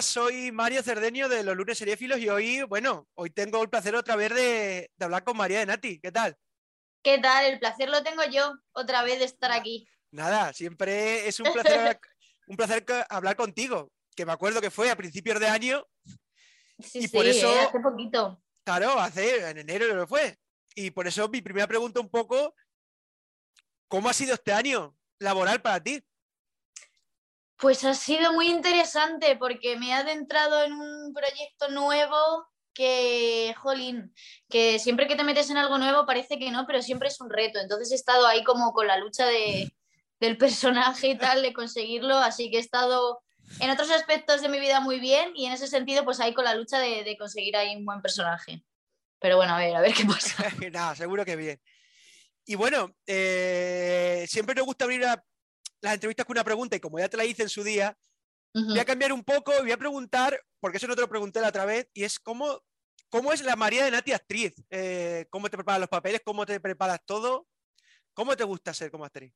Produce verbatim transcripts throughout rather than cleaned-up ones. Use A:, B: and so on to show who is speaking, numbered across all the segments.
A: buenas, soy Mario Cerdeño de los lunes seriéfilos y hoy, bueno, hoy tengo el placer otra vez de, de hablar con María de Nati. ¿Qué tal?
B: ¿Qué tal? El placer lo tengo yo, otra vez de estar
A: Na-
B: aquí.
A: Nada, siempre es un placer hablar, un placer ca- hablar contigo, que me acuerdo que fue a principios de año
B: Sí,
A: y por
B: sí, ¿eh?
A: eso,
B: Hace poquito.
A: claro, hace en enero creo que fue. Y por eso mi primera pregunta un poco, ¿cómo ha sido este año laboral para ti?
B: Pues ha sido muy interesante porque me he adentrado en un proyecto nuevo que, jolín, que siempre que te metes en algo nuevo parece que no, pero siempre es un reto. Entonces he estado ahí como con la lucha de, del personaje y tal, de conseguirlo, así que he estado en otros aspectos de mi vida muy bien y en ese sentido pues ahí con la lucha de, de conseguir ahí un buen personaje. Pero bueno, a ver, a ver qué pasa.
A: Nada, seguro que bien. Y bueno, eh, siempre nos gusta abrir a- las entrevistas con una pregunta y como ya te la hice en su día, voy a
B: Ujú.
A: cambiar un poco y voy a preguntar, porque eso no te lo pregunté la otra vez, y es cómo, cómo es la María de Nati actriz. Eh, cómo te preparas los papeles, cómo te preparas todo, cómo te gusta ser como actriz.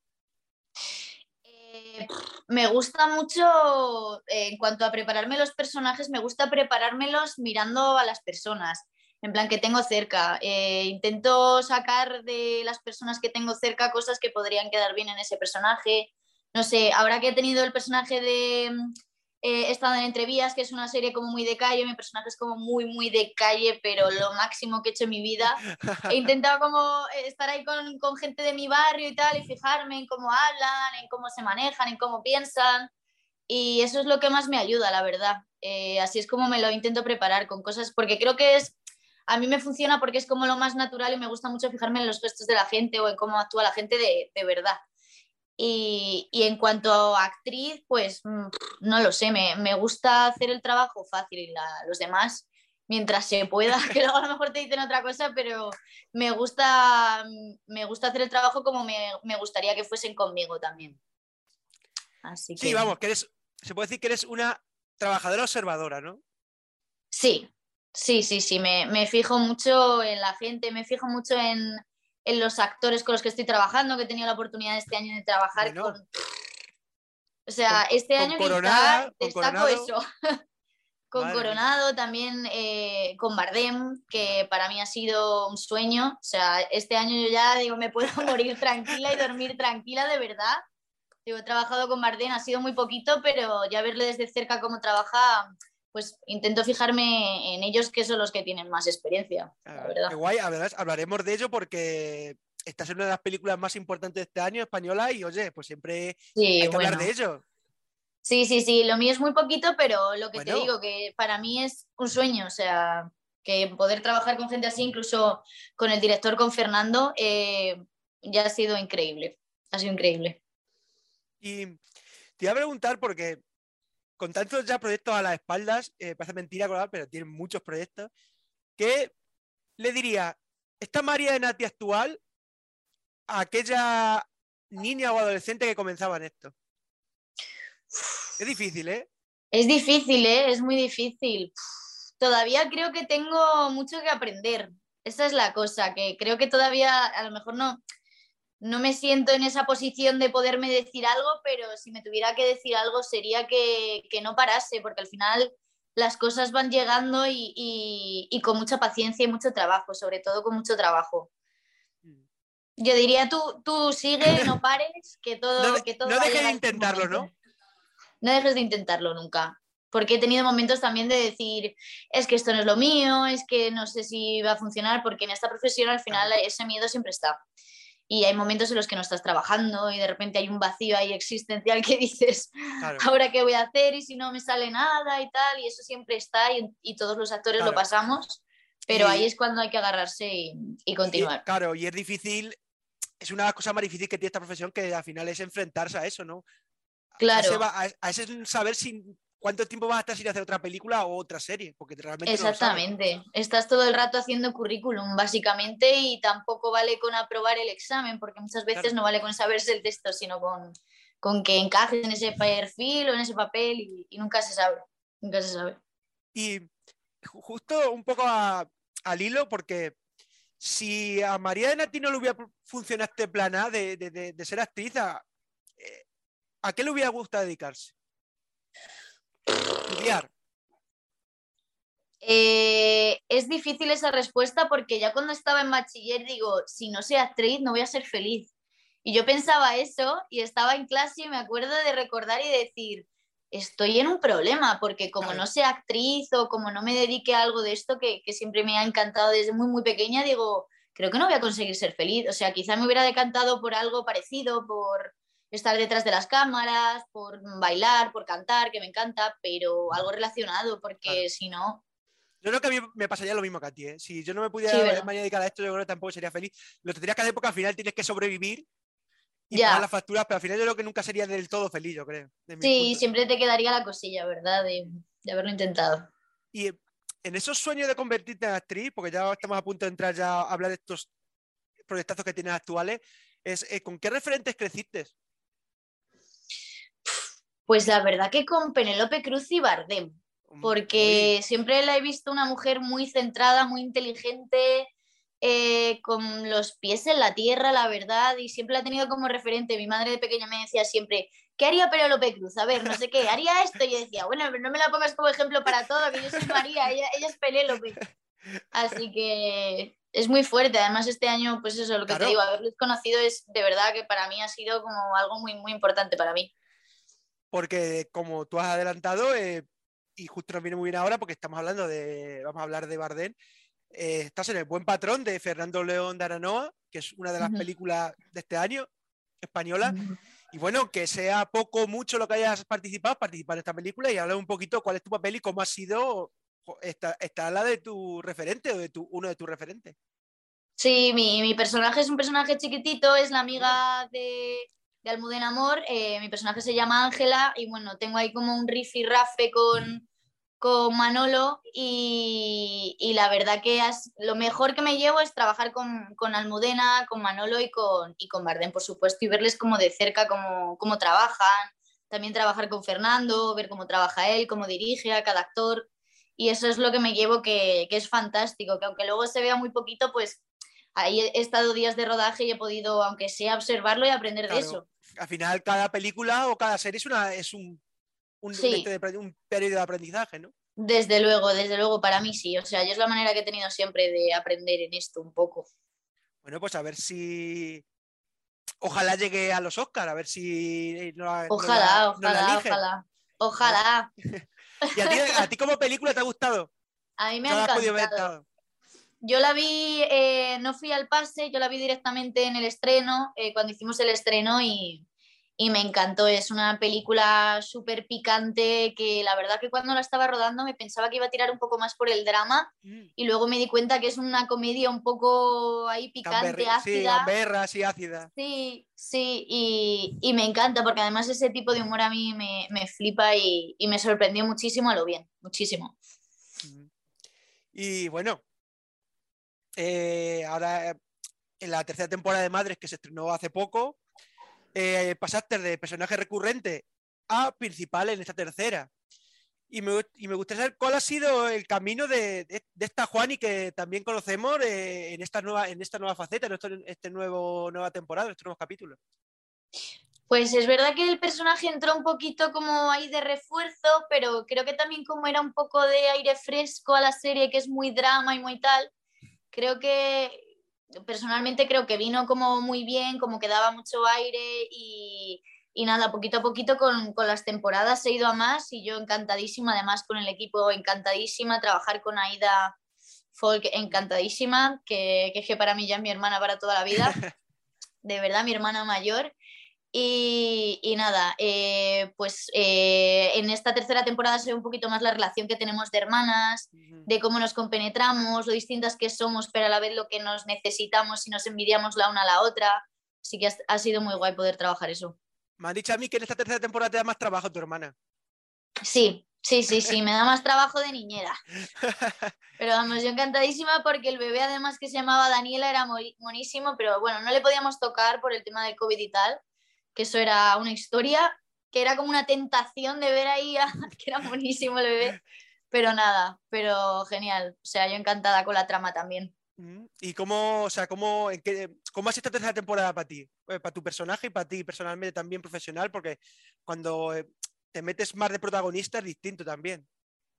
B: Eh, me gusta mucho, eh, en cuanto a prepararme los personajes, me gusta preparármelos mirando a las personas, en plan que tengo cerca. Eh, intento sacar de las personas que tengo cerca cosas que podrían quedar bien en ese personaje. No sé, ahora que he tenido el personaje de eh, He estado en Entrevías, que es una serie como muy de calle, mi personaje es como muy, muy de calle, pero lo máximo que he hecho en mi vida. He intentado como estar ahí con, con gente de mi barrio y tal, y fijarme en cómo hablan, en cómo se manejan, en cómo piensan. Y eso es lo que más me ayuda, la verdad. Eh, así es como me lo intento preparar con cosas, porque creo que es, a mí me funciona porque es como lo más natural y me gusta mucho fijarme en los gestos de la gente o en cómo actúa la gente de, de verdad. Y, y, en cuanto a actriz, pues mmm, no lo sé, me, me, gusta hacer el trabajo fácil y la, los demás, mientras se pueda, que luego a lo mejor te dicen otra cosa, pero me gusta, me gusta hacer el trabajo como me, me gustaría que fuesen conmigo también. Así
A: Sí,
B: que
A: vamos, que eres, se puede decir que eres una trabajadora observadora, ¿no?
B: sí, sí, sí, sí, me, me fijo mucho en la gente, me fijo mucho en, en los actores con los que estoy trabajando, que he tenido la oportunidad este año de trabajar con...
A: Bueno,
B: O
A: con,
B: sea, este
A: con
B: año quizá
A: Coronada, con
B: destaco
A: Coronado,
B: eso. Con
A: madre mía.
B: Coronado, también eh, con Bardem, que
A: Vale.
B: para mí ha sido un sueño. O sea, este año yo ya digo, me puedo morir tranquila y dormir tranquila, de verdad. Digo, he trabajado con Bardem, ha sido muy poquito, pero ya verle desde cerca cómo trabaja, pues intento fijarme en ellos, que son los que tienen más experiencia, la
A: Ah, qué
B: verdad.
A: guay, hablarás- hablaremos de ello porque esta es una de las películas más importantes de este año, española, y oye, pues siempre
B: Sí,
A: hay que hablar de
B: bueno.
A: ello.
B: Sí, sí, sí, lo mío es muy poquito, pero lo que te
A: Bueno,
B: digo, que para mí es un sueño, o sea, que poder trabajar con gente así, incluso con el director, con Fernando, eh, ya ha sido increíble, ha sido increíble.
A: y te iba a preguntar porque con tantos ya proyectos a las espaldas, eh, parece mentira, claro, pero tienen muchos proyectos, ¿qué le diría esta María de Nati actual a aquella niña o adolescente que comenzaba en esto? Es difícil, ¿eh?
B: Es difícil, ¿eh? Es muy difícil. Todavía creo que tengo mucho que aprender. Esa es la cosa, que creo que todavía a lo mejor no, no me siento en esa posición de poderme decir algo, pero si me tuviera que decir algo sería que, que no parase, porque al final las cosas van llegando y, y, y, con mucha paciencia y mucho trabajo, sobre todo con mucho trabajo. Yo diría, tú, tú sigue, no pares, que
A: No,
B: todo,
A: de-
B: que todo
A: no
B: va a
A: deje de
B: llegar en su
A: intentarlo,
B: momento.
A: ¿no?
B: No dejes de intentarlo nunca, porque he tenido momentos también de decir, es que esto no es lo mío, es que no sé si va a funcionar, porque en esta profesión al final
A: Claro,
B: ese miedo siempre está. Y hay momentos en los que no estás trabajando y de repente hay un vacío ahí existencial que dices,
A: claro,
B: ¿ahora qué voy a hacer? Y si no me sale nada y tal, y eso siempre está y, y todos los actores lo
A: claro.
B: pasamos, pero ahí
A: Y,
B: es cuando hay que agarrarse y, y
A: y,
B: continuar.
A: claro, y es difícil, es una de las cosas más difíciles que tiene esta profesión, que al final es enfrentarse a eso, ¿no? A ese,
B: Claro,
A: va- a, a ese saber sin, cuánto tiempo vas a estar sin hacer otra película o otra serie, porque realmente no lo sabes.
B: exactamente. Estás todo el rato haciendo currículum, básicamente, y tampoco vale con aprobar el examen, porque muchas veces
A: Claro.
B: no vale con saberse el texto, sino con, con que encajes en ese perfil o en ese papel y, y nunca se sabe. Nunca se sabe.
A: Y ju- justo un poco a- al hilo, porque si a María de Nati no le hubiera funcionado este plan A de, de, de, de ser actriz, ¿a, eh, ¿a qué le hubiera gustado dedicarse? Estudiar.
B: Eh, es difícil esa respuesta porque ya cuando estaba en bachiller digo, si no soy actriz no voy a ser feliz. Y yo pensaba eso y estaba en clase y me acuerdo de recordar y decir, estoy en un problema porque como
A: Claro.
B: no sea actriz o como no me dedique a algo de esto que, que siempre me ha encantado desde muy, muy pequeña, digo, creo que no voy a conseguir ser feliz. O sea, quizá me hubiera decantado por algo parecido, por estar detrás de las cámaras, por bailar, por cantar, que me encanta, pero algo relacionado,
A: Claro.
B: porque si no,
A: Yo creo que a mí me pasaría lo mismo que a ti, ¿eh? Si yo no me
B: sí,
A: pudiera
B: ¿verdad?
A: mañana dedicar a esto, yo creo que tampoco sería feliz. Lo tendrías que hacer porque al final tienes que sobrevivir y pagar
B: Ya,
A: las facturas, pero al final yo creo que nunca sería del todo feliz, yo creo, de mi
B: sí,
A: punto.
B: siempre te quedaría la cosilla, ¿verdad? De, de haberlo intentado.
A: Y en esos sueños de convertirte en actriz, porque ya estamos a punto de entrar ya a hablar de estos proyectazos que tienes actuales, es eh, ¿con qué referentes creciste?
B: Pues la verdad que con Penélope Cruz y Bardem,
A: Mm, Uy,
B: porque siempre la he visto una mujer muy centrada, muy inteligente, eh, con los pies en la tierra, la verdad, y siempre la he tenido como referente. Mi madre de pequeña me decía siempre, ¿qué haría Penélope Cruz? A ver, no sé qué, haría esto. Y yo decía, bueno, pero no me la pongas como ejemplo para todo, que yo soy María, ella, ella es Penélope. Así que es muy fuerte. Además, este año, pues eso, lo que te digo,
A: claro,
B: haberlos conocido es de verdad que para mí ha sido como algo muy, muy importante para mí.
A: porque como tú has adelantado, eh, y justo nos viene muy bien ahora porque estamos hablando de, vamos a hablar de Bardem, eh, estás en El Buen Patrón de Fernando León de Aranoa, que es una de las películas de este año, española. Y bueno, que sea poco o mucho lo que hayas participado, participar en esta película y hablar un poquito cuál es tu papel y cómo ha sido esta, esta la de tu referente o de tu, uno de tus referentes.
B: Sí, mi, mi personaje es un personaje chiquitito, es la
A: Mm.
B: amiga de, de Almudena Amor. Eh, mi personaje se llama Ángela y bueno, tengo ahí como un rifirrafe con, con Manolo y, y la verdad que has, lo mejor que me llevo es trabajar con, con Almudena, con Manolo y con, y con Bardem, por supuesto, y verles como de cerca cómo, cómo trabajan. También trabajar con Fernando, ver cómo trabaja él, cómo dirige a cada actor. Y eso es lo que me llevo que, que es fantástico, que aunque luego se vea muy poquito, pues ahí he estado días de rodaje y he podido, aunque sea, observarlo y aprender de
A: Claro,
B: eso.
A: al final cada película o cada serie es, una, es un, un, un,
B: Sí,
A: este de, un periodo de aprendizaje, ¿no?
B: desde luego, desde luego, para mí sí. O sea, yo es la manera que he tenido siempre de aprender en esto un poco.
A: Bueno, pues a ver si ojalá llegue a los Oscars, a ver si no la, no la,
B: Ojalá,
A: no la
B: ojalá,
A: eligen.
B: ojalá.
A: A ver.
B: Ojalá.
A: ¿Y a ti, a ti como película te ha gustado?
B: A mí me
A: ¿No
B: ha
A: la has podido ver
B: encantado.
A: todo?
B: Yo la vi, eh, no fui al pase, yo la vi directamente en el estreno, eh, cuando hicimos el estreno y, y me encantó. Es una película súper picante que la verdad que cuando la estaba rodando me pensaba que iba a tirar un poco más por el drama
A: Mm.
B: y luego me di cuenta que es una comedia un poco ahí picante,
A: Gamberri, sí,
B: ácida.
A: gamberra, sí, ácida.
B: Sí, sí, y, y me encanta porque además ese tipo de humor a mí me, me flipa y, y me sorprendió muchísimo a lo bien, muchísimo.
A: Mm. Y bueno, eh, ahora eh, en la tercera temporada de Madres que se estrenó hace poco, eh, pasaste de personaje recurrente a principal en esta tercera. Y me, y me gustaría saber cuál ha sido el camino de, de, de esta Juani que también conocemos eh, en, esta nueva, en esta nueva faceta, en este, este nuevo nueva temporada, en estos nuevos capítulos.
B: Pues es verdad que el personaje entró un poquito como ahí de refuerzo, pero creo que también como era un poco de aire fresco a la serie, que es muy drama y muy tal, creo que personalmente creo que vino como muy bien, como que daba mucho aire y, y nada, poquito a poquito con, con, las temporadas he ido a más y yo encantadísima, además con el equipo encantadísima, trabajar con Aida Folk encantadísima, que, que, que para mí ya es mi hermana para toda la vida, de verdad mi hermana mayor. Y, y nada, eh, pues eh, en esta tercera temporada se ve un poquito más la relación que tenemos de hermanas, de cómo nos compenetramos, lo distintas que somos, pero a la vez lo que nos necesitamos y nos envidiamos la una a la otra. Así que ha, ha sido muy guay poder trabajar eso.
A: Me han dicho a mí que en esta tercera temporada te da más trabajo tu hermana.
B: Sí, sí, sí, sí, me da más trabajo de niñera. Pero vamos, yo encantadísima porque el bebé además que se llamaba Daniela era monísimo, pero bueno, no le podíamos tocar por el tema del COVID y tal, que eso era una historia, que era como una tentación de ver ahí, a, que era monísimo el bebé, pero nada, pero genial, o sea, yo encantada con la trama también.
A: ¿Y cómo, o sea, cómo, en qué, cómo ha sido esta tercera temporada para ti? Eh, para tu personaje y para ti personalmente también profesional, porque cuando eh, te metes más de protagonista es distinto también.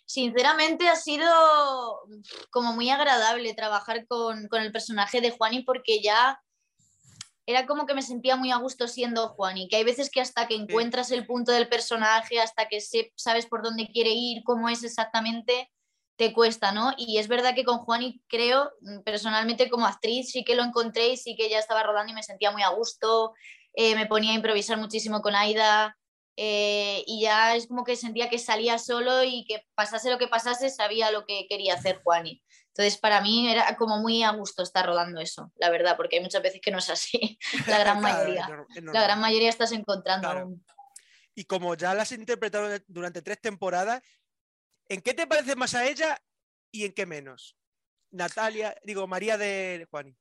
B: Sinceramente ha sido como muy agradable trabajar con, con el personaje de Juani porque ya era como que me sentía muy a gusto siendo Juani, que hay veces que hasta que
A: Sí.
B: encuentras el punto del personaje, hasta que se, sabes por dónde quiere ir, cómo es exactamente, te cuesta, ¿no? Y es verdad que con Juani creo, personalmente como actriz, sí que lo encontré y sí que ya estaba rodando y me sentía muy a gusto, eh, me ponía a improvisar muchísimo con Aida, eh, y ya es como que sentía que salía solo y que pasase lo que pasase, sabía lo que quería hacer Juani. Entonces, para mí era como muy a gusto estar rodando eso, la verdad, porque hay muchas veces que no es así, la gran
A: Claro, es,
B: mayoría.
A: nor- es
B: La
A: normal.
B: gran mayoría estás encontrando
A: Claro.
B: aún.
A: Y como ya la has interpretado durante tres temporadas, ¿en qué te parece más a ella y en qué menos? Natalia, digo, María de Juani.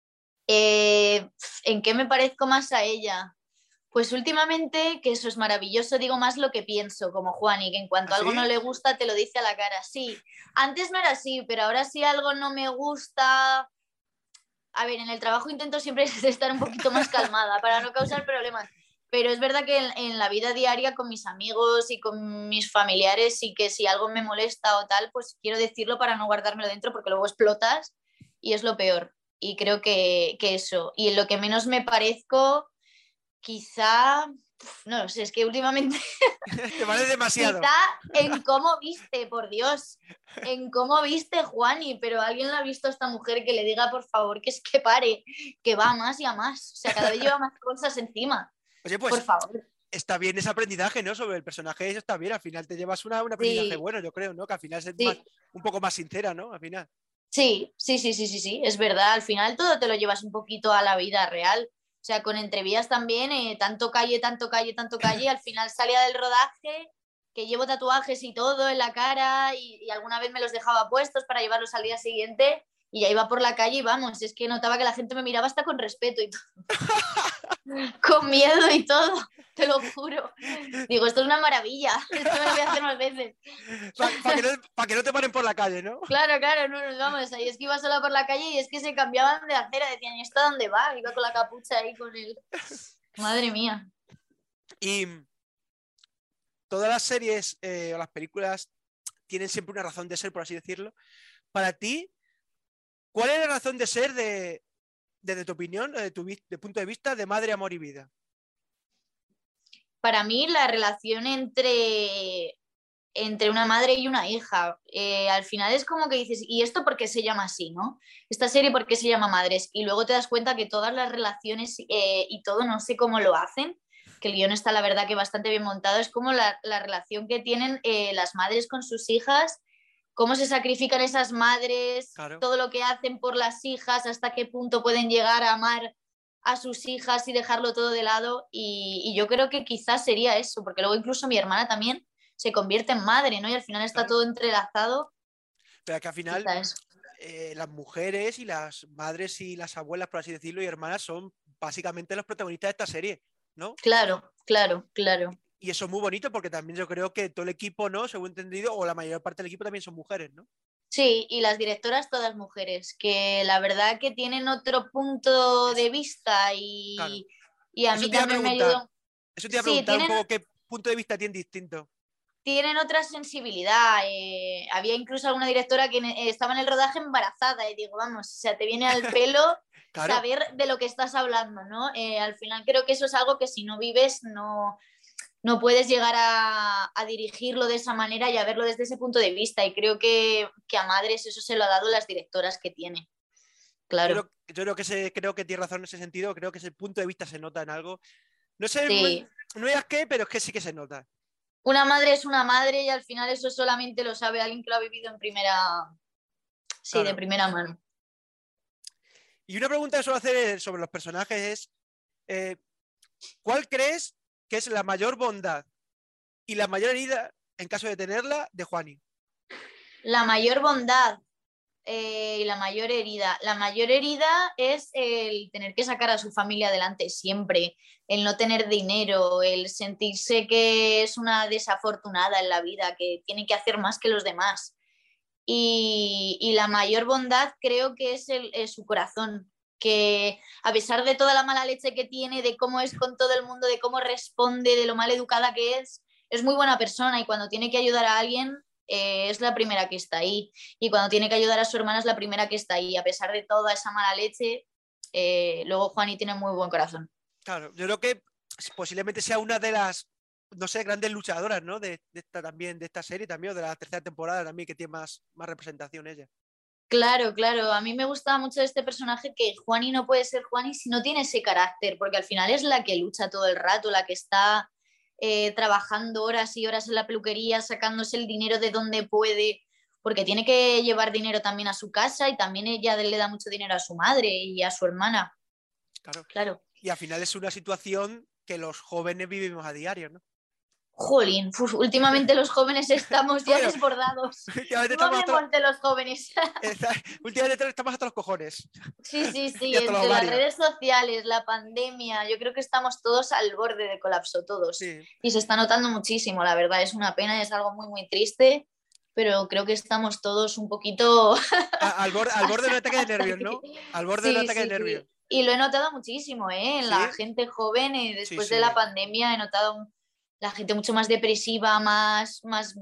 B: Eh, ¿En qué me parezco más a ella? Pues últimamente, que eso es maravilloso, digo más lo que pienso, como Juani, que en cuanto algo no
A: ¿Así?
B: le gusta, te lo dice a la cara. Sí, antes no era así, pero ahora si algo no me gusta... A ver, en el trabajo intento siempre estar un poquito más calmada para no causar problemas, pero es verdad que en, en la vida diaria con mis amigos y con mis familiares sí que si algo me molesta o tal, pues quiero decirlo para no guardármelo dentro porque luego explotas y es lo peor. Y creo que, que eso. Y en lo que menos me parezco, quizá, no lo sé, es que últimamente
A: ¿Te parece demasiado?
B: quizá en cómo viste, por Dios, en cómo viste Juani, pero alguien la ha visto a esta mujer que le diga por favor que es que pare, que va a más y a más, o sea, cada vez lleva más cosas encima,
A: Oye,
B: por
A: pues
B: favor.
A: está bien ese aprendizaje, ¿no? Sobre el personaje, eso está bien. Al final te llevas una, un aprendizaje
B: Sí,
A: bueno, yo creo, ¿no? Que al final es más,
B: sí,
A: un poco más sincera, ¿no? Al final.
B: sí, sí, sí, sí, sí, sí, es verdad, al final todo te lo llevas un poquito a la vida real. O sea, con entrevías también, eh, tanto calle, tanto calle, tanto calle, al final salía del rodaje, que llevo tatuajes y todo en la cara y, y alguna vez me los dejaba puestos para llevarlos al día siguiente y ya iba por la calle y vamos, es que notaba que la gente me miraba hasta con respeto y todo, con miedo y todo, te lo juro. Digo, esto es una maravilla, esto me lo voy a hacer más veces.
A: Para pa que, no, pa que no te paren por la calle, ¿no?
B: Claro, claro, no nos vamos. Ahí es que iba sola por la calle y es que se cambiaban de acera, decían, ¿y esto a dónde va? Iba con la capucha ahí con el... Madre mía.
A: Y todas las series eh, o las películas tienen siempre una razón de ser, por así decirlo. Para ti, ¿cuál es la razón de ser de, desde tu opinión, desde tu de punto de vista, de Madre, Amor y Vida?
B: Para mí la relación entre, entre una madre y una hija, eh, al final es como que dices, ¿y esto por qué se llama así, no? Esta serie, ¿por qué se llama Madres? Y luego te das cuenta que todas las relaciones eh, y todo, no sé cómo lo hacen, que el guión está la verdad que bastante bien montado, es como la, la relación que tienen eh, las madres con sus hijas, cómo se sacrifican esas madres,
A: Claro.
B: todo lo que hacen por las hijas, hasta qué punto pueden llegar a amar a sus hijas y dejarlo todo de lado. Y, y yo creo que quizás sería eso, porque luego incluso mi hermana también se convierte en madre, ¿no? Y al final está
A: Claro.
B: todo entrelazado.
A: Pero que al final
B: Quizás eso.
A: eh, las mujeres y las madres y las abuelas, por así decirlo, y hermanas son básicamente los protagonistas de esta serie, ¿no?
B: Claro, claro, claro.
A: Y eso es muy bonito porque también yo creo que todo el equipo, ¿no? Según he entendido, o la mayor parte del equipo también son mujeres, ¿no?
B: Sí, y las directoras todas mujeres, que la verdad que tienen otro punto
A: Es,
B: de vista
A: claro.
B: y, y a
A: Eso
B: mí
A: te iba a
B: también me
A: preguntar.
B: ayudó.
A: Eso te iba a
B: Sí,
A: preguntar un
B: tienen,
A: poco qué punto de vista tienen distinto.
B: tienen otra sensibilidad. Eh, había incluso alguna directora que eh, estaba en el rodaje embarazada y digo, vamos, o sea, te viene al pelo
A: Claro.
B: saber de lo que estás hablando, ¿no? Eh, al final creo que eso es algo que si no vives no, no puedes llegar a, a, dirigirlo de esa manera y a verlo desde ese punto de vista. Y creo que, que a Madres eso se lo ha dado las directoras que tiene.
A: Yo
B: Claro.
A: creo, yo creo que se, creo que tiene razón en ese sentido. Creo que ese punto de vista se nota en algo. No sé,
B: Sí.
A: no digas qué, pero es que sí que se nota.
B: Una madre es una madre y al final eso solamente lo sabe alguien que lo ha vivido en primera, sí, de
A: Claro.
B: primera mano.
A: Y una pregunta que suelo hacer sobre los personajes es, eh, ¿cuál crees que es la mayor bondad y la mayor herida, en caso de tenerla, de Juani?
B: La mayor bondad eh, y la mayor herida. La mayor herida es el tener que sacar a su familia adelante siempre, el no tener dinero, el sentirse que es una desafortunada en la vida, que tiene que hacer más que los demás. Y, y la mayor bondad creo que es, el, es su corazón, que a pesar de toda la mala leche que tiene, de cómo es con todo el mundo, de cómo responde, de lo mal educada que es, es muy buena persona y cuando tiene que ayudar a alguien eh, es la primera que está ahí. Y cuando tiene que ayudar a su hermana es la primera que está ahí. A pesar de toda esa mala leche, eh, luego Juani tiene muy buen corazón.
A: Claro, yo creo que posiblemente sea una de las, no sé, grandes luchadoras, ¿no? De, de esta también, de esta serie también, o de la tercera temporada también, que tiene más, más representación ella.
B: Claro, claro. A mí me gustaba mucho de este personaje que Juani no puede ser Juani si no tiene ese carácter, porque al final es la que lucha todo el rato, la que está eh, trabajando horas y horas en la peluquería, sacándose el dinero de donde puede, porque tiene que llevar dinero también a su casa y también ella le da mucho dinero a su madre y a su hermana.
A: Claro.
B: Claro.
A: Y al final es una situación que los jóvenes vivimos a diario, ¿no?
B: Jolín, uf, últimamente los jóvenes estamos ya
A: Bueno,
B: desbordados.
A: últimamente
B: No
A: estamos hasta,
B: hablemos de los jóvenes.
A: últimamente estamos hasta los cojones.
B: Sí, sí,
A: Y
B: sí,
A: hasta los
B: entre las
A: ovarios.
B: redes sociales, la pandemia, yo creo que estamos todos al borde de colapso, todos.
A: Sí.
B: Y se está notando muchísimo, la verdad, es una pena, es algo muy, muy triste, pero creo que estamos todos un poquito...
A: A- al, borde, al borde de un ataque de
B: hasta
A: nervios,
B: aquí.
A: ¿no? Al borde de un
B: Sí,
A: ataque de
B: sí,
A: nervios.
B: sí. Y lo he notado muchísimo, ¿eh? En la
A: Sí,
B: gente joven, y
A: sí,
B: después de la
A: sí.
B: pandemia he notado la gente mucho más depresiva, más, más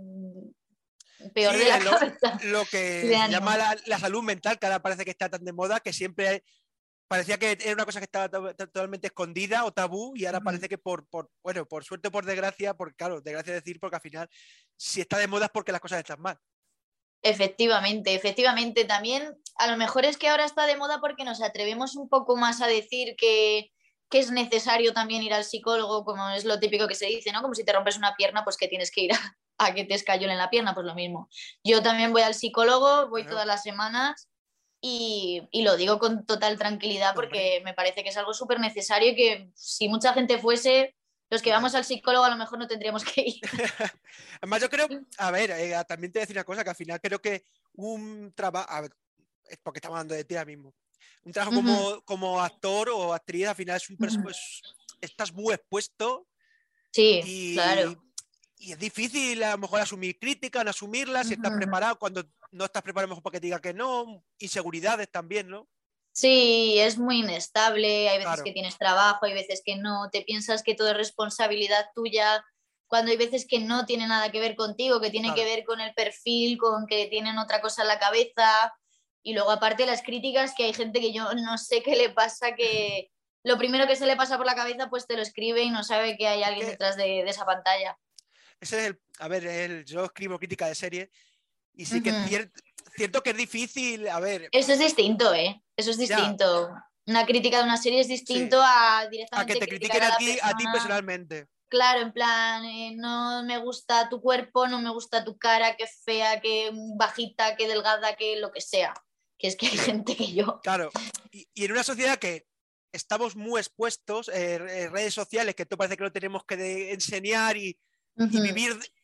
B: peor
A: Sí,
B: de la
A: es lo,
B: cabeza
A: lo
B: y
A: que
B: de
A: se llama
B: ánimo.
A: la, la salud mental, que ahora parece que está tan de moda, que siempre parecía que era una cosa que estaba to- to- totalmente escondida o tabú, y ahora
B: Ujú.
A: parece que por, por, bueno, por suerte o por desgracia, porque claro, desgracia decir, porque al final, si está de moda es porque las cosas están mal.
B: Efectivamente, efectivamente. También a lo mejor es que ahora está de moda porque nos atrevemos un poco más a decir que, que es necesario también ir al psicólogo, como es lo típico que se dice, ¿no? Como si te rompes una pierna, pues que tienes que ir a, a que te escayolen la pierna, pues lo mismo. Yo también voy al psicólogo, voy
A: Claro,
B: todas las semanas y, y lo digo con total tranquilidad
A: no, hombre,
B: porque me parece que es algo súper necesario y que si mucha gente fuese, los que vamos
A: total.
B: al psicólogo a lo mejor no tendríamos que ir.
A: Además, yo creo, a ver, eh, también te voy a decir una cosa, que al final creo que un trabajo, a ver, es porque estamos hablando de ti ahora mismo, un trabajo
B: Ujú,
A: como, como actor o actriz, al final es un perso-
B: ujú.
A: es- estás muy expuesto
B: Sí,
A: y,
B: claro.
A: y es difícil a lo mejor asumir críticas, no asumirlas, si estás
B: Ujú.
A: preparado, cuando no estás preparado, a lo mejor porque te diga que no, inseguridades también, ¿no?
B: Sí, es muy inestable, hay veces
A: Claro,
B: que tienes trabajo, hay veces que no, te piensas que todo es responsabilidad tuya, cuando hay veces que no tiene nada que ver contigo, que tiene que
A: claro.
B: ver con el perfil, con que tienen otra cosa en la cabeza, y luego aparte las críticas, que hay gente que yo no sé qué le pasa, que lo primero que se le pasa por la cabeza pues te lo escribe y no sabe que hay
A: Es
B: alguien
A: que
B: detrás de, de esa pantalla.
A: ese es el, a ver, el, yo escribo crítica de serie y sí que es
B: Ujú.
A: cier- cierto que es difícil, a ver,
B: Eso es distinto, ¿eh? Eso es
A: ya,
B: distinto. Una crítica de una serie es
A: sí,
B: distinto a
A: a que
B: directamente
A: te
B: criticar
A: critiquen
B: a
A: a
B: la
A: ti, a ti
B: persona.
A: personalmente.
B: Claro, en plan, eh, no me gusta tu cuerpo, no me gusta tu cara, qué fea, qué bajita, qué delgada, qué lo que sea. Que es que hay
A: Sí,
B: gente que yo.
A: claro. Y, y en una sociedad que estamos muy expuestos, eh, eh, redes sociales, que todo parece que lo tenemos que de- enseñar y, y
B: Ujú.
A: vivir de,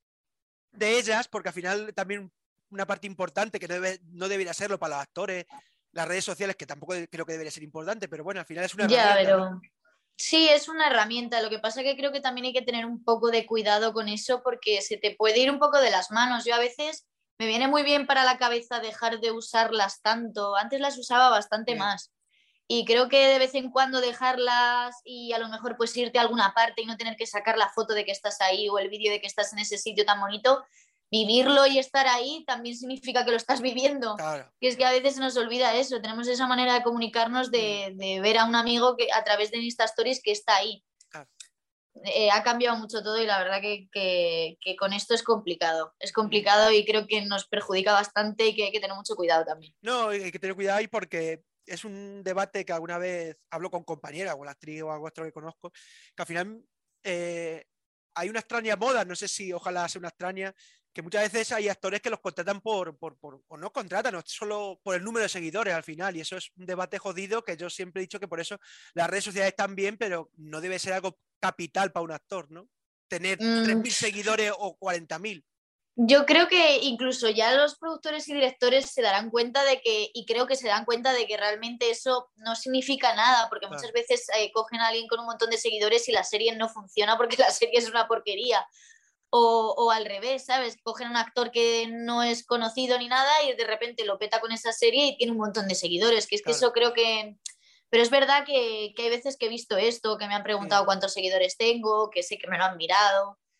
A: de ellas, porque al final también una parte importante que no, debe, no debería serlo para los actores, las redes sociales, que tampoco creo que debería ser importante, pero bueno, al final es una
B: Ya,
A: herramienta, ¿no?
B: pero sí, es una herramienta. Lo que pasa es que creo que también hay que tener un poco de cuidado con eso porque se te puede ir un poco de las manos. Yo a veces me viene muy bien para la cabeza dejar de usarlas tanto. Antes las usaba bastante
A: Sí,
B: más. Y creo que de vez en cuando dejarlas y a lo mejor pues irte a alguna parte y no tener que sacar la foto de que estás ahí o el vídeo de que estás en ese sitio tan bonito, vivirlo y estar ahí también significa que lo estás viviendo.
A: claro.
B: Que es que a veces se nos olvida eso, tenemos esa manera de comunicarnos,
A: Mm,
B: de, de ver a un amigo que a través de Insta Stories que está ahí.
A: claro.
B: Eh, ha cambiado mucho todo y la verdad que, que, que con esto es complicado. Es
A: Mm.
B: complicado y creo que nos perjudica bastante y que hay que tener mucho cuidado también.
A: No, hay que tener cuidado ahí porque es un debate que alguna vez hablo con compañeras o la actriz o algo otro que conozco, que al final eh, hay una extraña moda, no sé si ojalá sea una extraña, que muchas veces hay actores que los contratan por, por, por o no contratan, o solo por el número de seguidores al final, y eso es un debate jodido que yo siempre he dicho que por eso las redes sociales están bien, pero no debe ser algo capital para un actor, ¿no? Tener tres
B: Mm,
A: mil seguidores o cuarenta mil.
B: Yo creo que incluso ya los productores y directores se darán cuenta de que, y creo que se dan cuenta de que realmente eso no significa nada, porque muchas
A: Claro,
B: veces eh, cogen a alguien con un montón de seguidores y la serie no funciona porque la serie es una porquería. O, o al revés, ¿sabes? Cogen a un actor que no es conocido ni nada y de repente lo peta con esa serie y tiene un montón de seguidores, que es que
A: claro,
B: eso creo que... Pero es verdad que, que hay veces que he visto esto, que me han preguntado
A: sí.
B: cuántos seguidores tengo, que sé que me lo han mirado.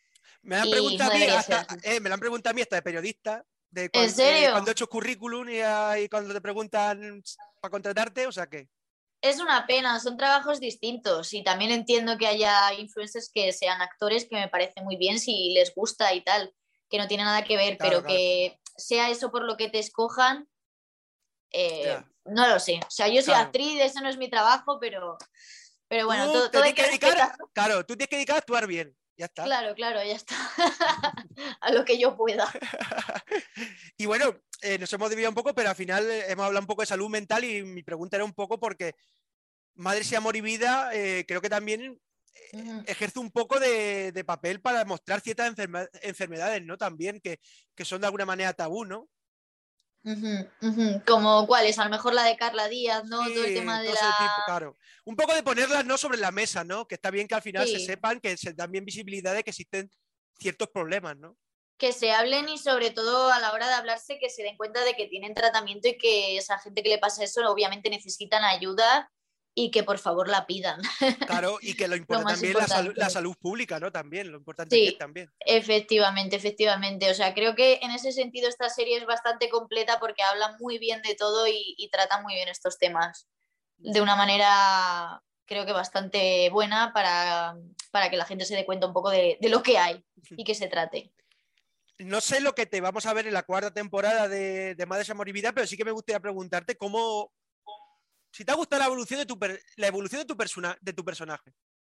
A: Me han
B: y
A: preguntado
B: no
A: a mí,
B: debería ser
A: hasta,
B: así.
A: eh, me lo han preguntado a mí hasta de periodista, de
B: ¿En
A: cuan- eh,
B: serio?
A: cuando he hecho currículum y, ah, y cuando te preguntan para contratarte, o sea que,
B: Es una pena, son trabajos distintos y también entiendo que haya influencers que sean actores, que me parece muy bien si les gusta y tal, que no tiene nada que ver,
A: claro,
B: pero
A: claro,
B: que sea eso por lo que te escojan, eh,
A: ya,
B: no lo sé. O sea, yo soy
A: claro.
B: actriz, eso no es mi trabajo, pero, pero bueno,
A: Tú
B: todo,
A: te
B: todo hay
A: tienes
B: que
A: que dedicar,
B: respetar.
A: claro, tú tienes que dedicar a actuar bien, ya está.
B: Claro, claro, ya está. A lo que yo pueda.
A: Y bueno, eh, nos hemos dividido un poco, pero al final eh, hemos hablado un poco de salud mental y mi pregunta era un poco porque Madre si amor y vida eh, creo que también
B: Ujú.
A: ejerce un poco de, de papel para mostrar ciertas enferma- enfermedades, ¿no? También que, que son de alguna manera tabú, ¿no?
B: Ujú, ujú. Como cuáles, a lo mejor la de Carla Díaz, ¿no? Todo el
A: Sí,
B: tema de
A: todo
B: la...
A: ese tipo, claro. Un poco de ponerlas no sobre la mesa, ¿no? Que está bien que al final se
B: Sí,
A: sepan, que se dan bien visibilidad de que existen ciertos problemas, ¿no?
B: que se hablen y sobre todo a la hora de hablarse que se den cuenta de que tienen tratamiento y que esa gente que le pasa eso obviamente necesitan ayuda y que por favor la pidan.
A: Claro, y que lo
B: Lo
A: importa
B: más
A: también la, salu- la
B: importante.
A: salud pública, ¿no? También, lo importante que es
B: Sí,
A: también.
B: efectivamente, efectivamente. O sea, creo que en ese sentido esta serie es bastante completa porque habla muy bien de todo y, y trata muy bien estos temas de una manera creo que bastante buena para, para que la gente se dé cuenta un poco de, de lo que hay y que se trate.
A: No sé lo que te vamos a ver en la cuarta temporada de, de Madres Amor y Vida, pero sí que me gustaría preguntarte cómo, si te ha gustado la evolución de tu, per- la evolución de tu, persona, de tu personaje.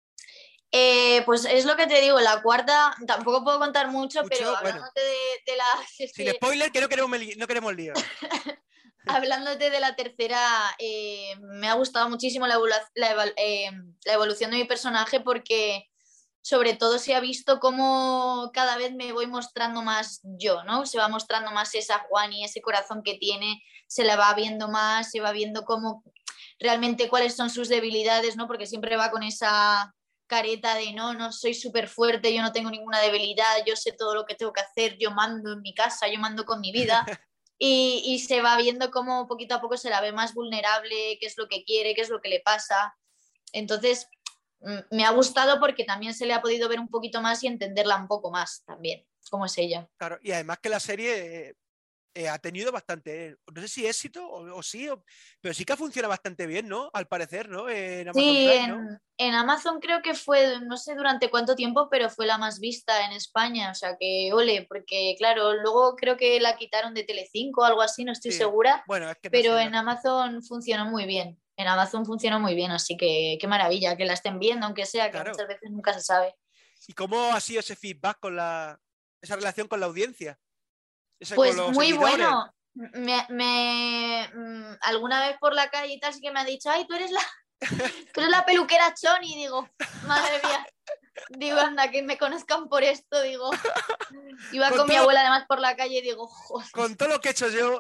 B: Eh, pues es lo que te digo, la cuarta, tampoco puedo contar mucho, pero
A: Mucho, bueno,
B: hablándote de, de la, es
A: sin
B: que,
A: spoiler, que no queremos, no queremos líos.
B: hablándote de la tercera, eh, me ha gustado muchísimo la, evolu- la, eval- eh, la evolución de mi personaje porque sobre todo se ha visto cómo cada vez me voy mostrando más yo, ¿no? Se va mostrando más esa Juani, ese corazón que tiene, se la va viendo más, se va viendo cómo realmente cuáles son sus debilidades, ¿no? Porque siempre va con esa careta de no, no soy súper fuerte, yo no tengo ninguna debilidad, yo sé todo lo que tengo que hacer, yo mando en mi casa, yo mando con mi vida. Y, y se va viendo cómo poquito a poco se la ve más vulnerable, qué es lo que quiere, qué es lo que le pasa. Entonces, mm, me ha gustado porque también se le ha podido ver un poquito más y entenderla un poco más también, cómo es ella.
A: Claro, y además que la serie eh, eh, ha tenido bastante, eh, no sé si éxito o, o sí, o- pero sí que ha funcionado bastante bien, ¿no? Al parecer, ¿no? Eh, en Amazon
B: Sí,
A: Prime, ¿no?
B: en, en Amazon creo que fue, no sé durante cuánto tiempo, pero fue la más vista en España. O sea que ole, porque claro, luego creo que la quitaron de Telecinco o algo así, no estoy
A: Sí.
B: segura,
A: Bueno, es que no
B: pero
A: sé. La-
B: en Amazon funcionó muy bien. En Amazon funcionó muy bien, así que qué maravilla que la estén viendo, aunque sea, que
A: Claro.
B: muchas veces nunca se sabe.
A: ¿Y cómo ha sido ese feedback con la, esa relación con la audiencia? Ese con
B: Pues
A: los
B: muy
A: seguidores.
B: bueno. Me, me, mm, alguna vez por la calle y tal sí que me ha dicho, ay, tú eres la, tú eres la peluquera Choni, y digo, madre mía, digo, anda, que me conozcan por esto, digo, iba
A: Con
B: con mi
A: todo,
B: abuela además por la calle y digo, joder,
A: con todo lo que he hecho yo.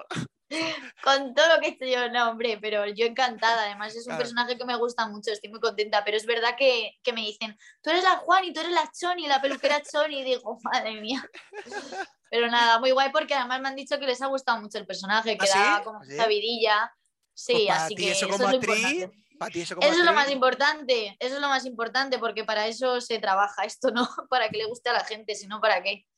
B: con todo lo que estoy yo, no, hombre, pero yo encantada, además es un
A: Claro.
B: personaje que me gusta mucho, estoy muy contenta, pero es verdad que, que me dicen, tú eres la Juan y tú eres la Choni, la peluquera Choni, y digo, madre mía. Pero nada, muy guay porque además me han dicho que les ha gustado mucho el personaje,
A: ¿Ah,
B: que
A: sí?
B: da como
A: ¿Ah,
B: mucha
A: sí?
B: vidilla.
A: Pues
B: Sí,
A: para
B: así
A: ti eso
B: que eso
A: como
B: es lo
A: actriz,
B: importante.
A: para ti eso como
B: Eso es lo
A: actriz,
B: más importante, eso es lo más importante porque para eso se trabaja esto, ¿no? Para que le guste a la gente, si no, ¿para qué?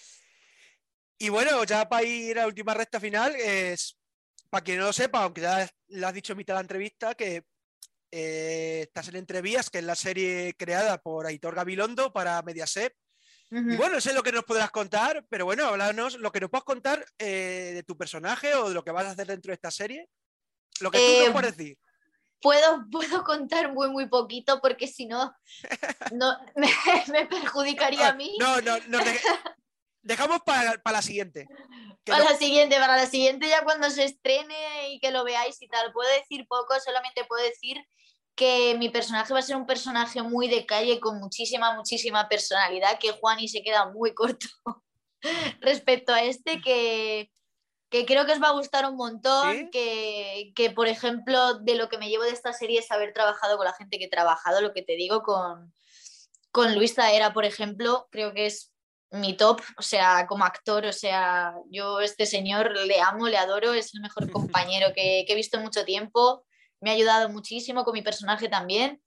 A: y bueno, ya para ir a la última recta final, es, para quien no lo sepa, aunque ya lo has dicho en mitad de la entrevista, que eh, estás en Entrevías, que es la serie creada por Aitor Gabilondo para Mediaset.
B: Uh
A: Y
B: -huh.
A: bueno, no sé lo que nos podrás contar, pero bueno, háblanos lo que nos puedas contar eh, de tu personaje o de lo que vas a hacer dentro de esta serie. Lo que tú nos
B: eh,
A: puedes decir.
B: puedo, puedo contar muy, muy poquito porque si no, no me, me perjudicaría a mí.
A: No, no, nos de dejamos para, para la siguiente. Que
B: Para
A: no...
B: la siguiente, para la siguiente ya cuando se estrene y que lo veáis y tal. Puedo decir poco, solamente puedo decir que mi personaje va a ser un personaje muy de calle con muchísima, muchísima personalidad, que Juani se queda muy corto respecto a este, que, que creo que os va a gustar un montón,
A: ¿Sí?
B: que, que por ejemplo de lo que me llevo de esta serie es haber trabajado con la gente que he trabajado, lo que te digo, con, con Luis Zaera, por ejemplo, creo que es mi top, o sea, como actor, o sea, yo este señor le amo, le adoro, es el mejor compañero que, que he visto en mucho tiempo, me ha ayudado muchísimo con mi personaje también.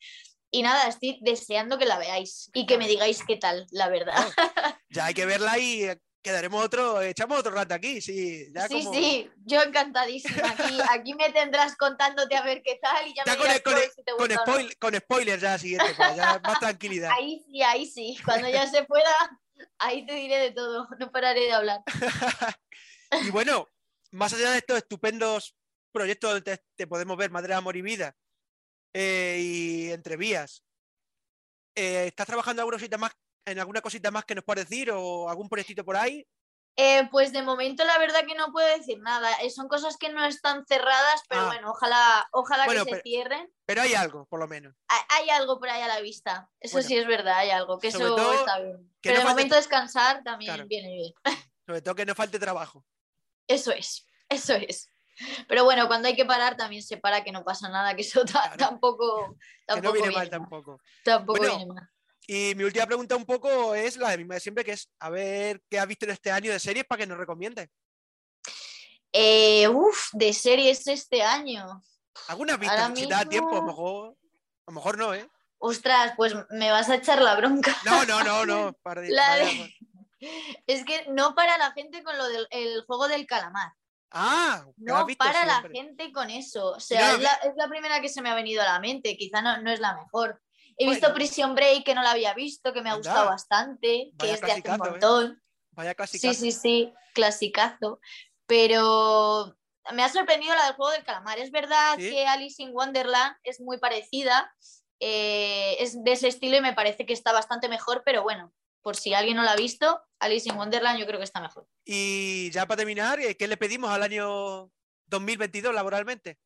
B: Y nada, estoy deseando que la veáis y que me digáis qué tal, la verdad.
A: Claro, ya hay que verla y quedaremos otro, echamos otro rato aquí, sí. Ya
B: Sí,
A: como...
B: sí, yo encantadísima. Aquí, aquí me tendrás contándote a ver qué tal y ya me
A: Ya con,
B: dirás
A: con,
B: tú a ver si te
A: con,
B: gusta o no.
A: spoil, con spoilers ya siguiente, pues ya más tranquilidad.
B: Ahí sí, ahí sí. Cuando ya se pueda, ahí te diré de todo. No pararé de hablar.
A: Y bueno, más allá de estos estupendos proyectos donde te, te podemos ver Madre, Amor y Vida eh, y Entrevías, eh, ¿estás trabajando en alguna cosita más, en alguna cosita más que nos puedas decir o algún proyectito por ahí?
B: Eh, pues de momento la verdad que no puedo decir nada. Eh, son cosas que no están cerradas, pero
A: Ah,
B: bueno, ojalá, ojalá que
A: bueno,
B: se
A: pero,
B: cierren.
A: pero hay algo, por lo menos.
B: Hay, hay algo por ahí a la vista. Eso
A: Bueno,
B: sí es verdad, hay algo, que
A: sobre
B: eso
A: todo
B: está bien.
A: que
B: Pero
A: no
B: de
A: falte,
B: momento descansar
A: claro,
B: también viene bien.
A: sobre todo que no falte trabajo.
B: Eso es, eso es. Pero bueno, cuando hay que parar también se para, que no pasa nada, que eso ta-
A: Claro,
B: tampoco,
A: que no
B: tampoco
A: viene mal
B: viene mal.
A: tampoco.
B: Tampoco
A: Bueno,
B: viene mal.
A: y mi última pregunta un poco es la de misma de siempre, que es a ver qué has visto en este año de series para que nos recomiendes.
B: Eh, uf, de series este año.
A: ¿Alguna has visto?
B: Ahora
A: Si te da tiempo, a lo
B: mismo,
A: mejor, a lo mejor no, ¿eh?
B: ostras, pues me vas a echar la bronca.
A: No, no, no, no. Para de-
B: La
A: vaya, va-
B: de... Es que no para la gente con lo del el juego del calamar.
A: Ah, que la has
B: No
A: visto
B: para la
A: siempre.
B: gente con eso. O
A: Y no
B: sea,
A: la
B: es la,
A: vi.
B: es la primera que se me ha venido a la mente. Quizá no, no es la mejor. He visto
A: Bueno,
B: Prison Break, que no la había visto, que me ha gustado
A: anda,
B: bastante, que
A: vaya
B: es de hace un
A: clasicazo, ¿eh?
B: montón.
A: Vaya
B: Sí,
A: clasicazo.
B: sí, sí, clasicazo. Pero me ha sorprendido la del juego del calamar. Es verdad
A: Sí.
B: que Alice in Wonderland es muy parecida, eh, es de ese estilo y me parece que está bastante mejor, pero bueno, por si alguien no la ha visto, Alice in Wonderland yo creo que está mejor.
A: Y ya para terminar, eh, ¿qué le pedimos al año dos mil veintidós laboralmente?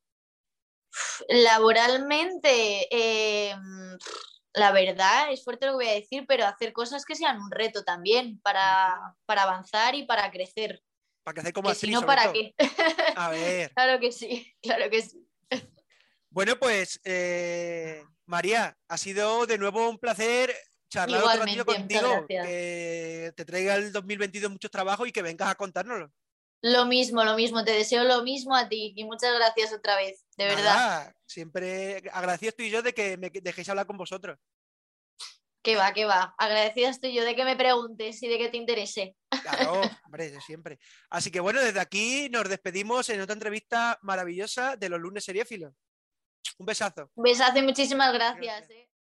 B: Laboralmente, eh, la verdad es fuerte lo que voy a decir, pero hacer cosas que sean un reto también para,
A: Ujú.
B: para avanzar y para crecer.
A: Para crecer como
B: Que si
A: actriz,
B: no,
A: sobre
B: ¿para
A: todo.
B: qué?
A: A ver.
B: Claro que sí, claro que sí.
A: Bueno, pues, eh, María, ha sido de nuevo un placer charlar otro ratito
B: Igualmente, muchas
A: contigo,
B: gracias.
A: que te traiga el dos mil veintidós muchos trabajos y que vengas a contárnoslo.
B: Lo mismo, lo mismo, te deseo lo mismo a ti y muchas gracias otra vez, de verdad.
A: Nada, siempre agradecido estoy yo de que me dejéis hablar con vosotros.
B: Que va, que va. Agradecida estoy yo de que me preguntes y de que te interese.
A: Claro, hombre, de siempre. Así que bueno, desde aquí nos despedimos en otra entrevista maravillosa de los lunes seriéfilos. Un besazo.
B: Un besazo y muchísimas gracias.
A: Gracias.
B: ¿eh?